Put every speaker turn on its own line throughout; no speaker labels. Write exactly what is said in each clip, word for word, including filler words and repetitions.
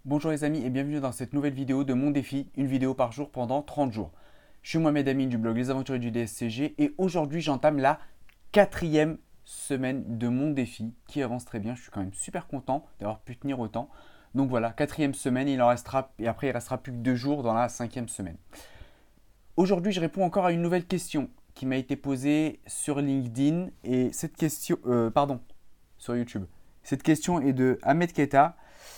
Bonjour les amis et bienvenue dans cette nouvelle vidéo de mon défi, une vidéo par jour pendant trente jours. Je suis Mohamed Amin du blog Les Aventuriers du D S C G et aujourd'hui j'entame la quatrième semaine de mon défi qui avance très bien. Je suis quand même super content d'avoir pu tenir autant. Donc voilà, quatrième semaine, il en restera et après il restera plus que deux jours dans la cinquième semaine. Aujourd'hui je réponds encore à une nouvelle question qui m'a été posée sur LinkedIn et cette question, euh, pardon, sur YouTube. Cette question est de Ahmed Keta.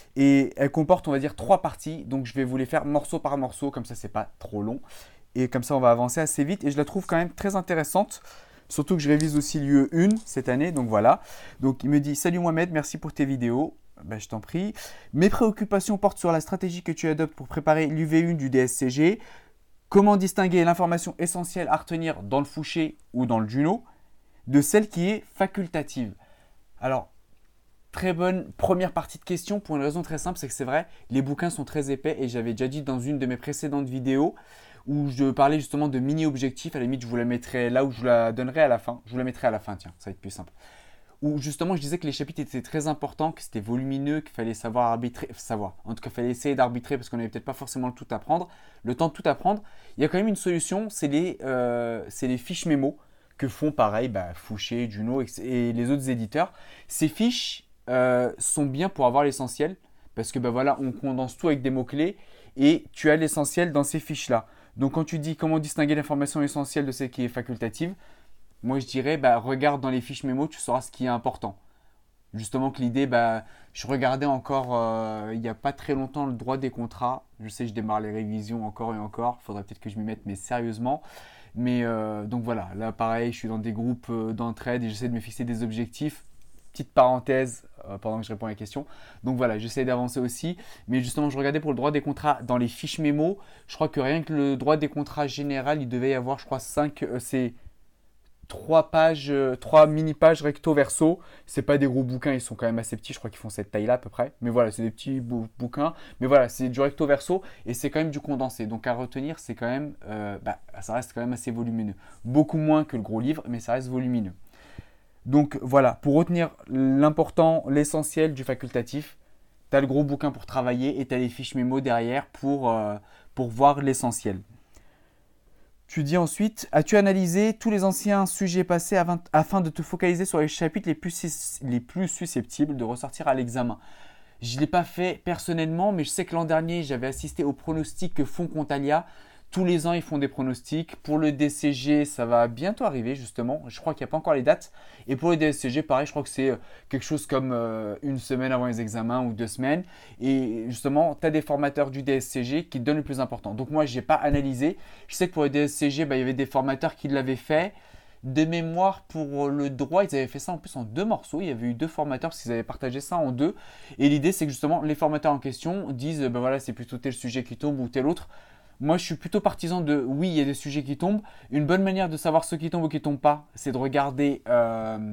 Et elle comporte, on va dire, trois parties. Donc, je vais vous les faire morceau par morceau. Comme ça, c'est pas trop long. Et comme ça, on va avancer assez vite. Et je la trouve quand même très intéressante. Surtout que je révise aussi l'U E un cette année. Donc, voilà. Donc, il me dit « Salut Mohamed, merci pour tes vidéos. Ben, » Je t'en prie. Mes préoccupations portent sur la stratégie que tu adoptes pour préparer l'U V un du D S C G. Comment distinguer l'information essentielle à retenir dans le Fouché ou dans le Juno de celle qui est facultative. Alors, très bonne première partie de question pour une raison très simple, c'est que c'est vrai, les bouquins sont très épais et j'avais déjà dit dans une de mes précédentes vidéos où je parlais justement de mini-objectifs, à la limite je vous la mettrai là où je la donnerai à la fin, je vous la mettrai à la fin, tiens, ça va être plus simple. Où justement je disais que les chapitres étaient très importants, que c'était volumineux, qu'il fallait savoir arbitrer, savoir, en tout cas il fallait essayer d'arbitrer parce qu'on n'avait peut-être pas forcément le tout à prendre, le temps de tout apprendre. Il y a quand même une solution, c'est les, euh, c'est les fiches mémo que font pareil bah, Fouché, Juno et les autres éditeurs. Ces fiches Euh, sont bien pour avoir l'essentiel parce que ben voilà, on condense tout avec des mots-clés et tu as l'essentiel dans ces fiches-là. Donc quand tu dis comment distinguer l'information essentielle de celle qui est facultative, moi je dirais bah, regarde dans les fiches mémo, tu sauras ce qui est important. Justement que l'idée, bah, je regardais encore euh, il n'y a pas très longtemps le droit des contrats. Je sais, je démarre les révisions encore et encore. Il faudrait peut-être que je m'y mette, mais sérieusement. Mais euh, donc voilà, là pareil, je suis dans des groupes euh, d'entraide et j'essaie de me fixer des objectifs. Petite parenthèse euh, pendant que je réponds à la question. Donc voilà, j'essaie d'avancer aussi. Mais justement, je regardais pour le droit des contrats dans les fiches mémo. Je crois que rien que le droit des contrats général, il devait y avoir, je crois, cinq, euh, c'est trois pages, euh, trois mini-pages recto verso. C'est pas des gros bouquins, ils sont quand même assez petits. Je crois qu'ils font cette taille-là à peu près. Mais voilà, c'est des petits bou- bouquins. Mais voilà, c'est du recto verso et c'est quand même du condensé. Donc à retenir, c'est quand même, euh, bah, ça reste quand même assez volumineux. Beaucoup moins que le gros livre, mais ça reste volumineux. Donc voilà, pour retenir l'important, l'essentiel du facultatif, tu as le gros bouquin pour travailler et tu as les fiches mémo derrière pour, euh, pour voir l'essentiel. Tu dis ensuite, as-tu analysé tous les anciens sujets passés avant- afin de te focaliser sur les chapitres les plus, sus- les plus susceptibles de ressortir à l'examen? Je ne l'ai pas fait personnellement, mais je sais que l'an dernier, j'avais assisté aux pronostics que font Contalia. Tous les ans, ils font des pronostics. Pour le D C G, ça va bientôt arriver, justement. Je crois qu'il n'y a pas encore les dates. Et pour le D S C G, pareil, je crois que c'est quelque chose comme euh, une semaine avant les examens ou deux semaines. Et justement, tu as des formateurs du D S C G qui te donnent le plus important. Donc moi, je n'ai pas analysé. Je sais que pour le D S C G, bah, il y avait des formateurs qui l'avaient fait. De mémoire, pour le droit, ils avaient fait ça en plus en deux morceaux. Il y avait eu deux formateurs parce qu'ils avaient partagé ça en deux. Et l'idée, c'est que justement, les formateurs en question disent, ben voilà, c'est plutôt tel sujet qui tombe ou tel autre. Moi, je suis plutôt partisan de oui, il y a des sujets qui tombent. Une bonne manière de savoir ceux qui tombent ou qui ne tombent pas, c'est de regarder euh,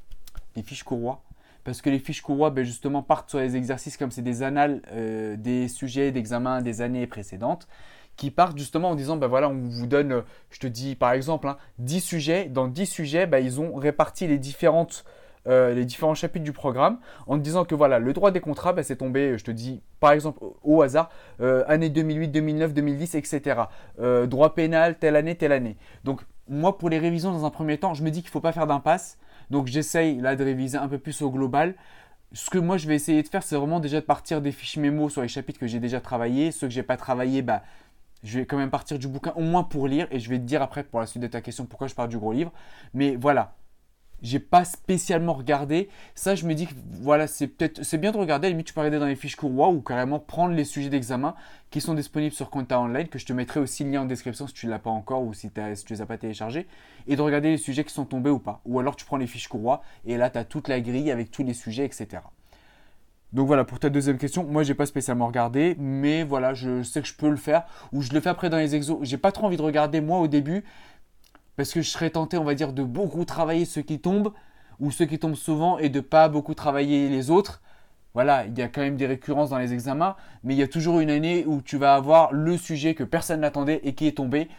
les fiches courroies. Parce que les fiches courroies, ben justement, partent sur les exercices comme c'est des annales euh, des sujets d'examen des années précédentes, qui partent justement en disant, ben voilà, on vous donne, je te dis par exemple, hein, dix sujets. Dans dix sujets, ben, ils ont réparti les différentes Euh, les différents chapitres du programme en te disant que voilà, le droit des contrats, bah, c'est tombé, je te dis par exemple au, au hasard, euh, année deux mille huit, deux mille neuf, deux mille dix, et cetera. Euh, droit pénal, telle année, telle année. Donc moi, pour les révisions dans un premier temps, je me dis qu'il ne faut pas faire d'impasse. Donc j'essaye là de réviser un peu plus au global. Ce que moi je vais essayer de faire, c'est vraiment déjà de partir des fiches mémo sur les chapitres que j'ai déjà travaillé. Ceux que j'ai pas travaillé, bah, je vais quand même partir du bouquin au moins pour lire et je vais te dire après pour la suite de ta question pourquoi je pars du gros livre. Mais voilà. J'ai pas spécialement regardé. Ça, je me dis que voilà, c'est peut-être c'est bien de regarder. À la limite, tu peux regarder dans les fiches courroies ou carrément prendre les sujets d'examen qui sont disponibles sur Conta Online, que je te mettrai aussi le lien en description si tu ne l'as pas encore ou si, si tu les as pas téléchargés, et de regarder les sujets qui sont tombés ou pas. Ou alors tu prends les fiches courroies et là, tu as toute la grille avec tous les sujets, et cetera. Donc voilà, pour ta deuxième question, moi j'ai pas spécialement regardé, mais voilà, je sais que je peux le faire, ou je le fais après dans les exos. J'ai pas trop envie de regarder moi au début, parce que je serais tenté, on va dire, de beaucoup travailler ceux qui tombent, ou ceux qui tombent souvent, et de pas beaucoup travailler les autres. Voilà, il y a quand même des récurrences dans les examens, mais il y a toujours une année où tu vas avoir le sujet que personne n'attendait et qui est tombé.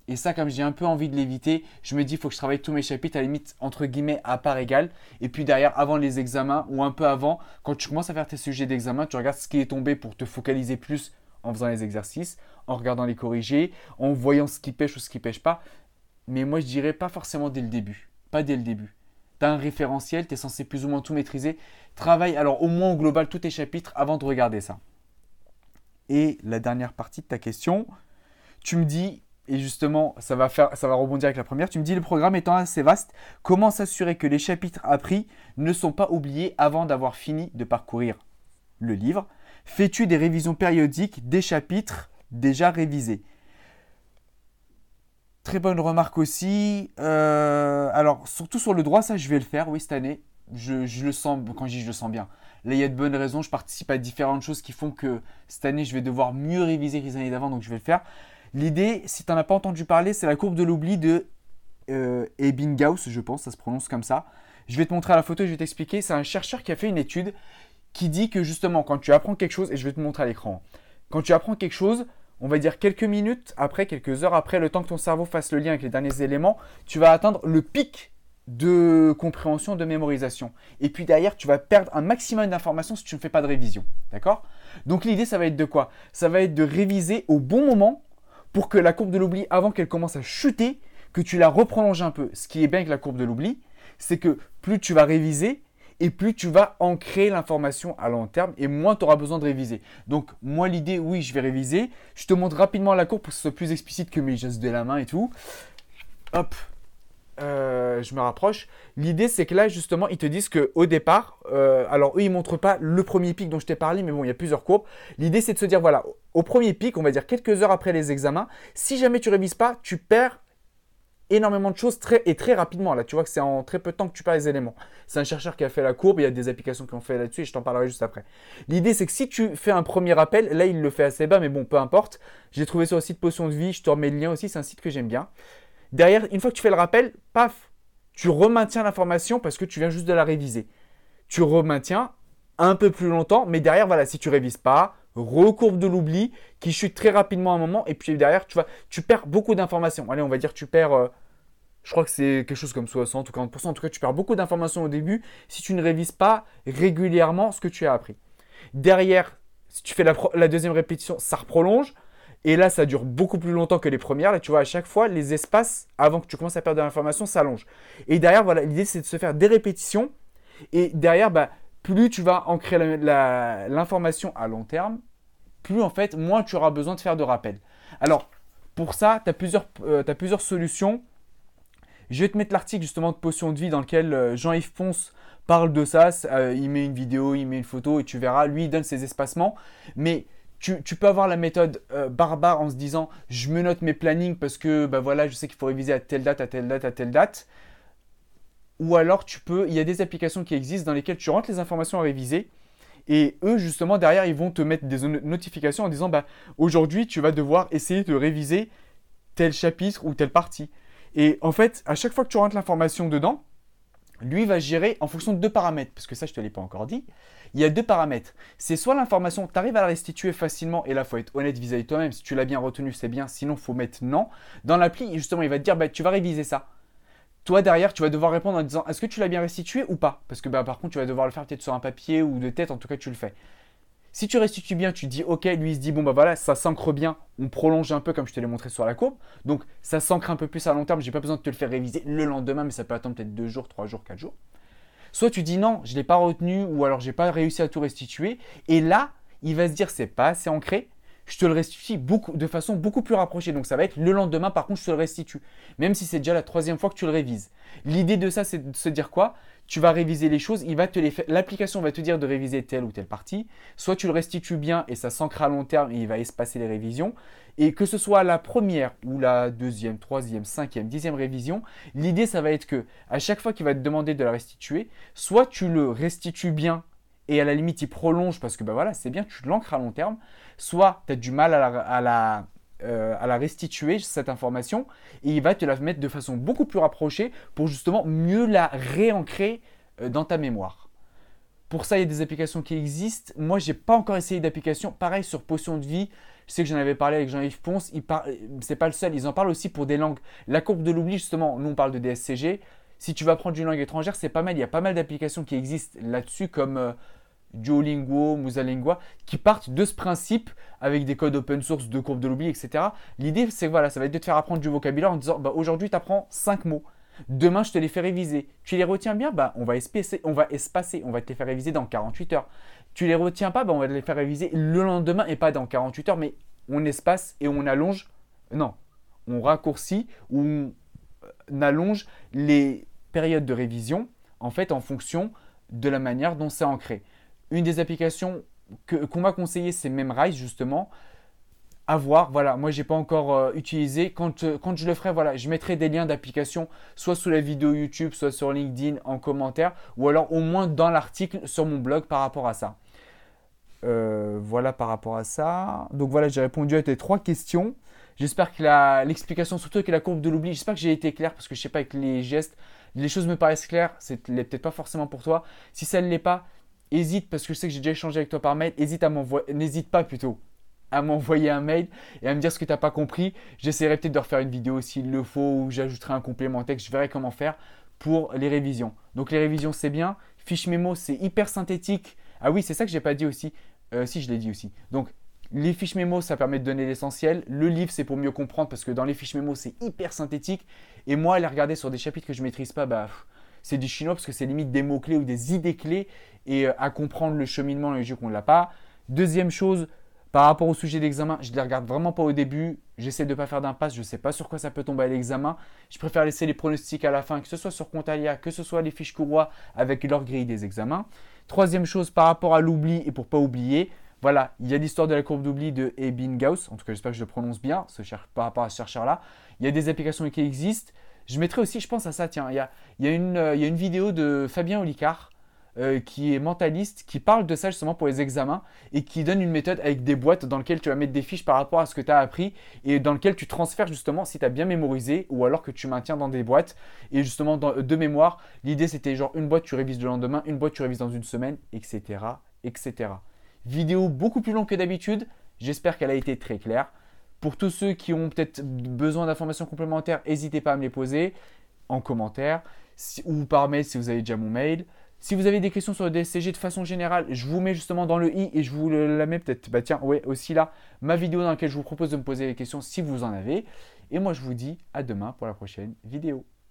Et ça, comme j'ai un peu envie de l'éviter, je me dis, il faut que je travaille tous mes chapitres, à la limite, entre guillemets, à part égale. Et puis derrière, avant les examens ou un peu avant, quand tu commences à faire tes sujets d'examen, tu regardes ce qui est tombé pour te focaliser plus en faisant les exercices, en regardant les corrigés, en voyant ce qui pêche ou ce qui pêche pas. Mais moi, je dirais pas forcément dès le début. Pas dès le début. Tu as un référentiel, tu es censé plus ou moins tout maîtriser. Travaille alors au moins au global tous tes chapitres avant de regarder ça. Et la dernière partie de ta question, tu me dis... Et justement, ça va, faire, ça va rebondir avec la première. Tu me dis, le programme étant assez vaste, comment s'assurer que les chapitres appris ne sont pas oubliés avant d'avoir fini de parcourir le livre? Fais-tu des révisions périodiques des chapitres déjà révisés? Très bonne remarque aussi. Euh, alors, surtout sur le droit, ça, je vais le faire, oui, cette année. Je, je le sens, quand je dis je le sens bien. Là, il y a de bonnes raisons. Je participe à différentes choses qui font que cette année, je vais devoir mieux réviser que les années d'avant, donc je vais le faire. L'idée, si tu n'en as pas entendu parler, c'est la courbe de l'oubli de euh, Ebbinghaus, je pense, ça se prononce comme ça. Je vais te montrer à la photo et je vais t'expliquer. C'est un chercheur qui a fait une étude qui dit que justement, quand tu apprends quelque chose, et je vais te montrer à l'écran, quand tu apprends quelque chose, on va dire quelques minutes après, quelques heures après, le temps que ton cerveau fasse le lien avec les derniers éléments, tu vas atteindre le pic de compréhension, de mémorisation. Et puis derrière, tu vas perdre un maximum d'informations si tu ne fais pas de révision. D'accord? Donc l'idée, ça va être de quoi? Ça va être de réviser au bon moment pour que la courbe de l'oubli, avant qu'elle commence à chuter, que tu la reprolonges un peu. Ce qui est bien avec la courbe de l'oubli, c'est que plus tu vas réviser et plus tu vas ancrer l'information à long terme et moins tu auras besoin de réviser. Donc moi l'idée, oui, je vais réviser. Je te montre rapidement la courbe pour que ce soit plus explicite que mes gestes de la main et tout. Hop, euh, je me rapproche. L'idée, c'est que là, justement, ils te disent qu'au départ, euh, alors eux, ils ne montrent pas le premier pic dont je t'ai parlé, mais bon, il y a plusieurs courbes. L'idée, c'est de se dire, voilà, au premier pic, on va dire quelques heures après les examens, si jamais tu ne révises pas, tu perds énormément de choses très, et très rapidement. Là, tu vois que c'est en très peu de temps que tu perds les éléments. C'est un chercheur qui a fait la courbe, il y a des applications qui ont fait là-dessus et je t'en parlerai juste après. L'idée, c'est que si tu fais un premier rappel, là, il le fait assez bas, mais bon, peu importe. J'ai trouvé sur le site Potion de Vie, je te remets le lien aussi, c'est un site que j'aime bien. Derrière, une fois que tu fais le rappel, paf, tu remaintiens l'information parce que tu viens juste de la réviser. Tu remaintiens un peu plus longtemps, mais derrière, voilà, si tu ne révises pas, recourbe de l'oubli qui chute très rapidement à un moment et puis derrière, tu, vas, tu perds beaucoup d'informations. Allez, on va dire tu perds, euh, je crois que c'est quelque chose comme soixante ou quarante pour cent. En tout cas, tu perds beaucoup d'informations au début si tu ne révises pas régulièrement ce que tu as appris. Derrière, si tu fais la, la deuxième répétition, ça reprolonge. Et là, ça dure beaucoup plus longtemps que les premières. Là, tu vois, à chaque fois, les espaces, avant que tu commences à perdre de l'information, s'allongent. Et derrière, voilà, l'idée, c'est de se faire des répétitions. Et derrière, bah, plus tu vas ancrer la, la, l'information à long terme, plus, en fait, moins tu auras besoin de faire de rappel. Alors, pour ça, tu as plusieurs, euh, t'as plusieurs solutions. Je vais te mettre l'article, justement, de Potion de Vie dans lequel euh, Jean-Yves Ponce parle de ça. Euh, il met une vidéo, il met une photo et tu verras. Lui, il donne ses espacements. Mais... Tu, tu peux avoir la méthode euh, barbare en se disant je me note mes plannings parce que bah voilà, je sais qu'il faut réviser à telle date, à telle date, à telle date. Ou alors tu peux, il y a des applications qui existent dans lesquelles tu rentres les informations à réviser et eux justement derrière ils vont te mettre des notifications en disant bah aujourd'hui tu vas devoir essayer de réviser tel chapitre ou telle partie. Et en fait à chaque fois que tu rentres l'information dedans, lui va gérer en fonction de deux paramètres, parce que ça je ne te l'ai pas encore dit. Il y a deux paramètres. C'est soit l'information, tu arrives à la restituer facilement, et là il faut être honnête vis-à-vis de toi-même. Si tu l'as bien retenu, c'est bien, sinon il faut mettre non. Dans l'appli, justement, il va te dire bah, tu vas réviser ça. Toi derrière, tu vas devoir répondre en disant est-ce que tu l'as bien restitué ou pas? Parce que bah, par contre, tu vas devoir le faire peut-être sur un papier ou de tête, en tout cas tu le fais. Si tu restitues bien, tu dis ok, lui il se dit bon bah voilà, ça s'ancre bien, on prolonge un peu comme je te l'ai montré sur la courbe. Donc ça s'ancre un peu plus à long terme, j'ai pas besoin de te le faire réviser le lendemain, mais ça peut attendre peut-être deux jours, trois jours, quatre jours. Soit tu dis non, je ne l'ai pas retenu ou alors j'ai pas réussi à tout restituer. Et là, il va se dire c'est pas assez ancré, je te le restitue beaucoup, de façon beaucoup plus rapprochée. Donc ça va être le lendemain, par contre, je te le restitue. Même si c'est déjà la troisième fois que tu le révises. L'idée de ça, c'est de se dire quoi? Tu vas réviser les choses, il va te les faire, l'application va te dire de réviser telle ou telle partie. Soit tu le restitues bien et ça s'ancre à long terme et il va espacer les révisions. Et que ce soit la première ou la deuxième, troisième, cinquième, dixième révision, l'idée ça va être que à chaque fois qu'il va te demander de la restituer, soit tu le restitues bien et à la limite il prolonge parce que bah voilà, c'est bien, tu l'ancres à long terme, soit tu as du mal à la, à la Euh, à la restituer cette information et il va te la mettre de façon beaucoup plus rapprochée pour justement mieux la réancrer euh, dans ta mémoire. Pour ça, il y a des applications qui existent. Moi, je n'ai pas encore essayé d'application. Pareil sur Potion de vie. Je sais que j'en avais parlé avec Jean-Yves Ponce. Il par... C'est pas le seul. Ils en parlent aussi pour des langues. La courbe de l'oubli, justement, nous on parle de D S C G. Si tu vas apprendre une langue étrangère, c'est pas mal. Il y a pas mal d'applications qui existent là-dessus comme euh, Duolingo, Musalingua, qui partent de ce principe avec des codes open source de courbe de l'oubli, et cetera. L'idée, c'est que voilà, ça va être de te faire apprendre du vocabulaire en disant bah, aujourd'hui, tu apprends cinq mots. Demain, je te les fais réviser. Tu les retiens bien, bah, on va espacer, on va espacer, on va te les faire réviser dans quarante-huit heures. Tu les retiens pas, bah, on va te les faire réviser le lendemain et pas dans quarante-huit heures, mais on espace et on allonge. Non, on raccourcit ou on allonge les périodes de révision en fait en fonction de la manière dont c'est ancré. Une des applications que, qu'on m'a conseillé, c'est Memrise justement. À voir, voilà, moi j'ai pas encore euh, utilisé. Quand, euh, quand je le ferai, voilà, je mettrai des liens d'application soit sous la vidéo YouTube, soit sur LinkedIn en commentaire, ou alors au moins dans l'article sur mon blog par rapport à ça. Euh, voilà par rapport à ça. Donc voilà, j'ai répondu à tes trois questions. J'espère que la, l'explication, surtout avec la courbe de l'oubli, j'espère que j'ai été clair parce que je sais pas avec les gestes, les choses me paraissent claires, c'est peut-être pas forcément pour toi. Si ça ne l'est pas, hésite parce que je sais que j'ai déjà échangé avec toi par mail, hésite à m'envoyer, n'hésite pas plutôt à m'envoyer un mail et à me dire ce que tu n'as pas compris. J'essaierai peut-être de refaire une vidéo s'il le faut ou j'ajouterai un complément texte. Je verrai comment faire pour les révisions. Donc les révisions, c'est bien. Fiche mémo, c'est hyper synthétique. Ah oui, c'est ça que je n'ai pas dit aussi. Euh, si, je l'ai dit aussi. Donc les fiches mémo, ça permet de donner l'essentiel. Le livre, c'est pour mieux comprendre parce que dans les fiches mémo, c'est hyper synthétique. Et moi, aller regarder sur des chapitres que je ne maîtrise pas, bah, c'est du chinois parce que c'est limite des mots-clés ou des idées clés et euh, à comprendre le cheminement, le jeu qu'on ne l'a pas. Deuxième chose, par rapport au sujet d'examen, je ne les regarde vraiment pas au début. J'essaie de ne pas faire d'impasse. Je ne sais pas sur quoi ça peut tomber à l'examen. Je préfère laisser les pronostics à la fin, que ce soit sur Contalia, que ce soit les fiches courroies avec leur grille des examens. Troisième chose, par rapport à l'oubli et pour ne pas oublier, voilà, il y a l'histoire de la courbe d'oubli de Ebbinghaus. En tout cas, j'espère que je le prononce bien ce cher, par rapport à ce chercheur-là. Il y a des applications qui existent. Je mettrai aussi, je pense à ça, tiens, il y a, il y a, une, il y a une vidéo de Fabien Olicard. Euh, qui est mentaliste, qui parle de ça justement pour les examens et qui donne une méthode avec des boîtes dans lesquelles tu vas mettre des fiches par rapport à ce que tu as appris et dans lesquelles tu transfères justement si tu as bien mémorisé ou alors que tu maintiens dans des boîtes et justement dans, de mémoire. L'idée c'était genre une boîte tu révises le lendemain, une boîte tu révises dans une semaine, et cetera et cetera. Vidéo beaucoup plus longue que d'habitude, j'espère qu'elle a été très claire. Pour tous ceux qui ont peut-être besoin d'informations complémentaires, n'hésitez pas à me les poser en commentaire si, ou par mail si vous avez déjà mon mail. Si vous avez des questions sur le D S C G de façon générale, je vous mets justement dans le i et je vous la mets peut-être, bah tiens, ouais, aussi là, ma vidéo dans laquelle je vous propose de me poser des questions si vous en avez. Et moi, je vous dis à demain pour la prochaine vidéo.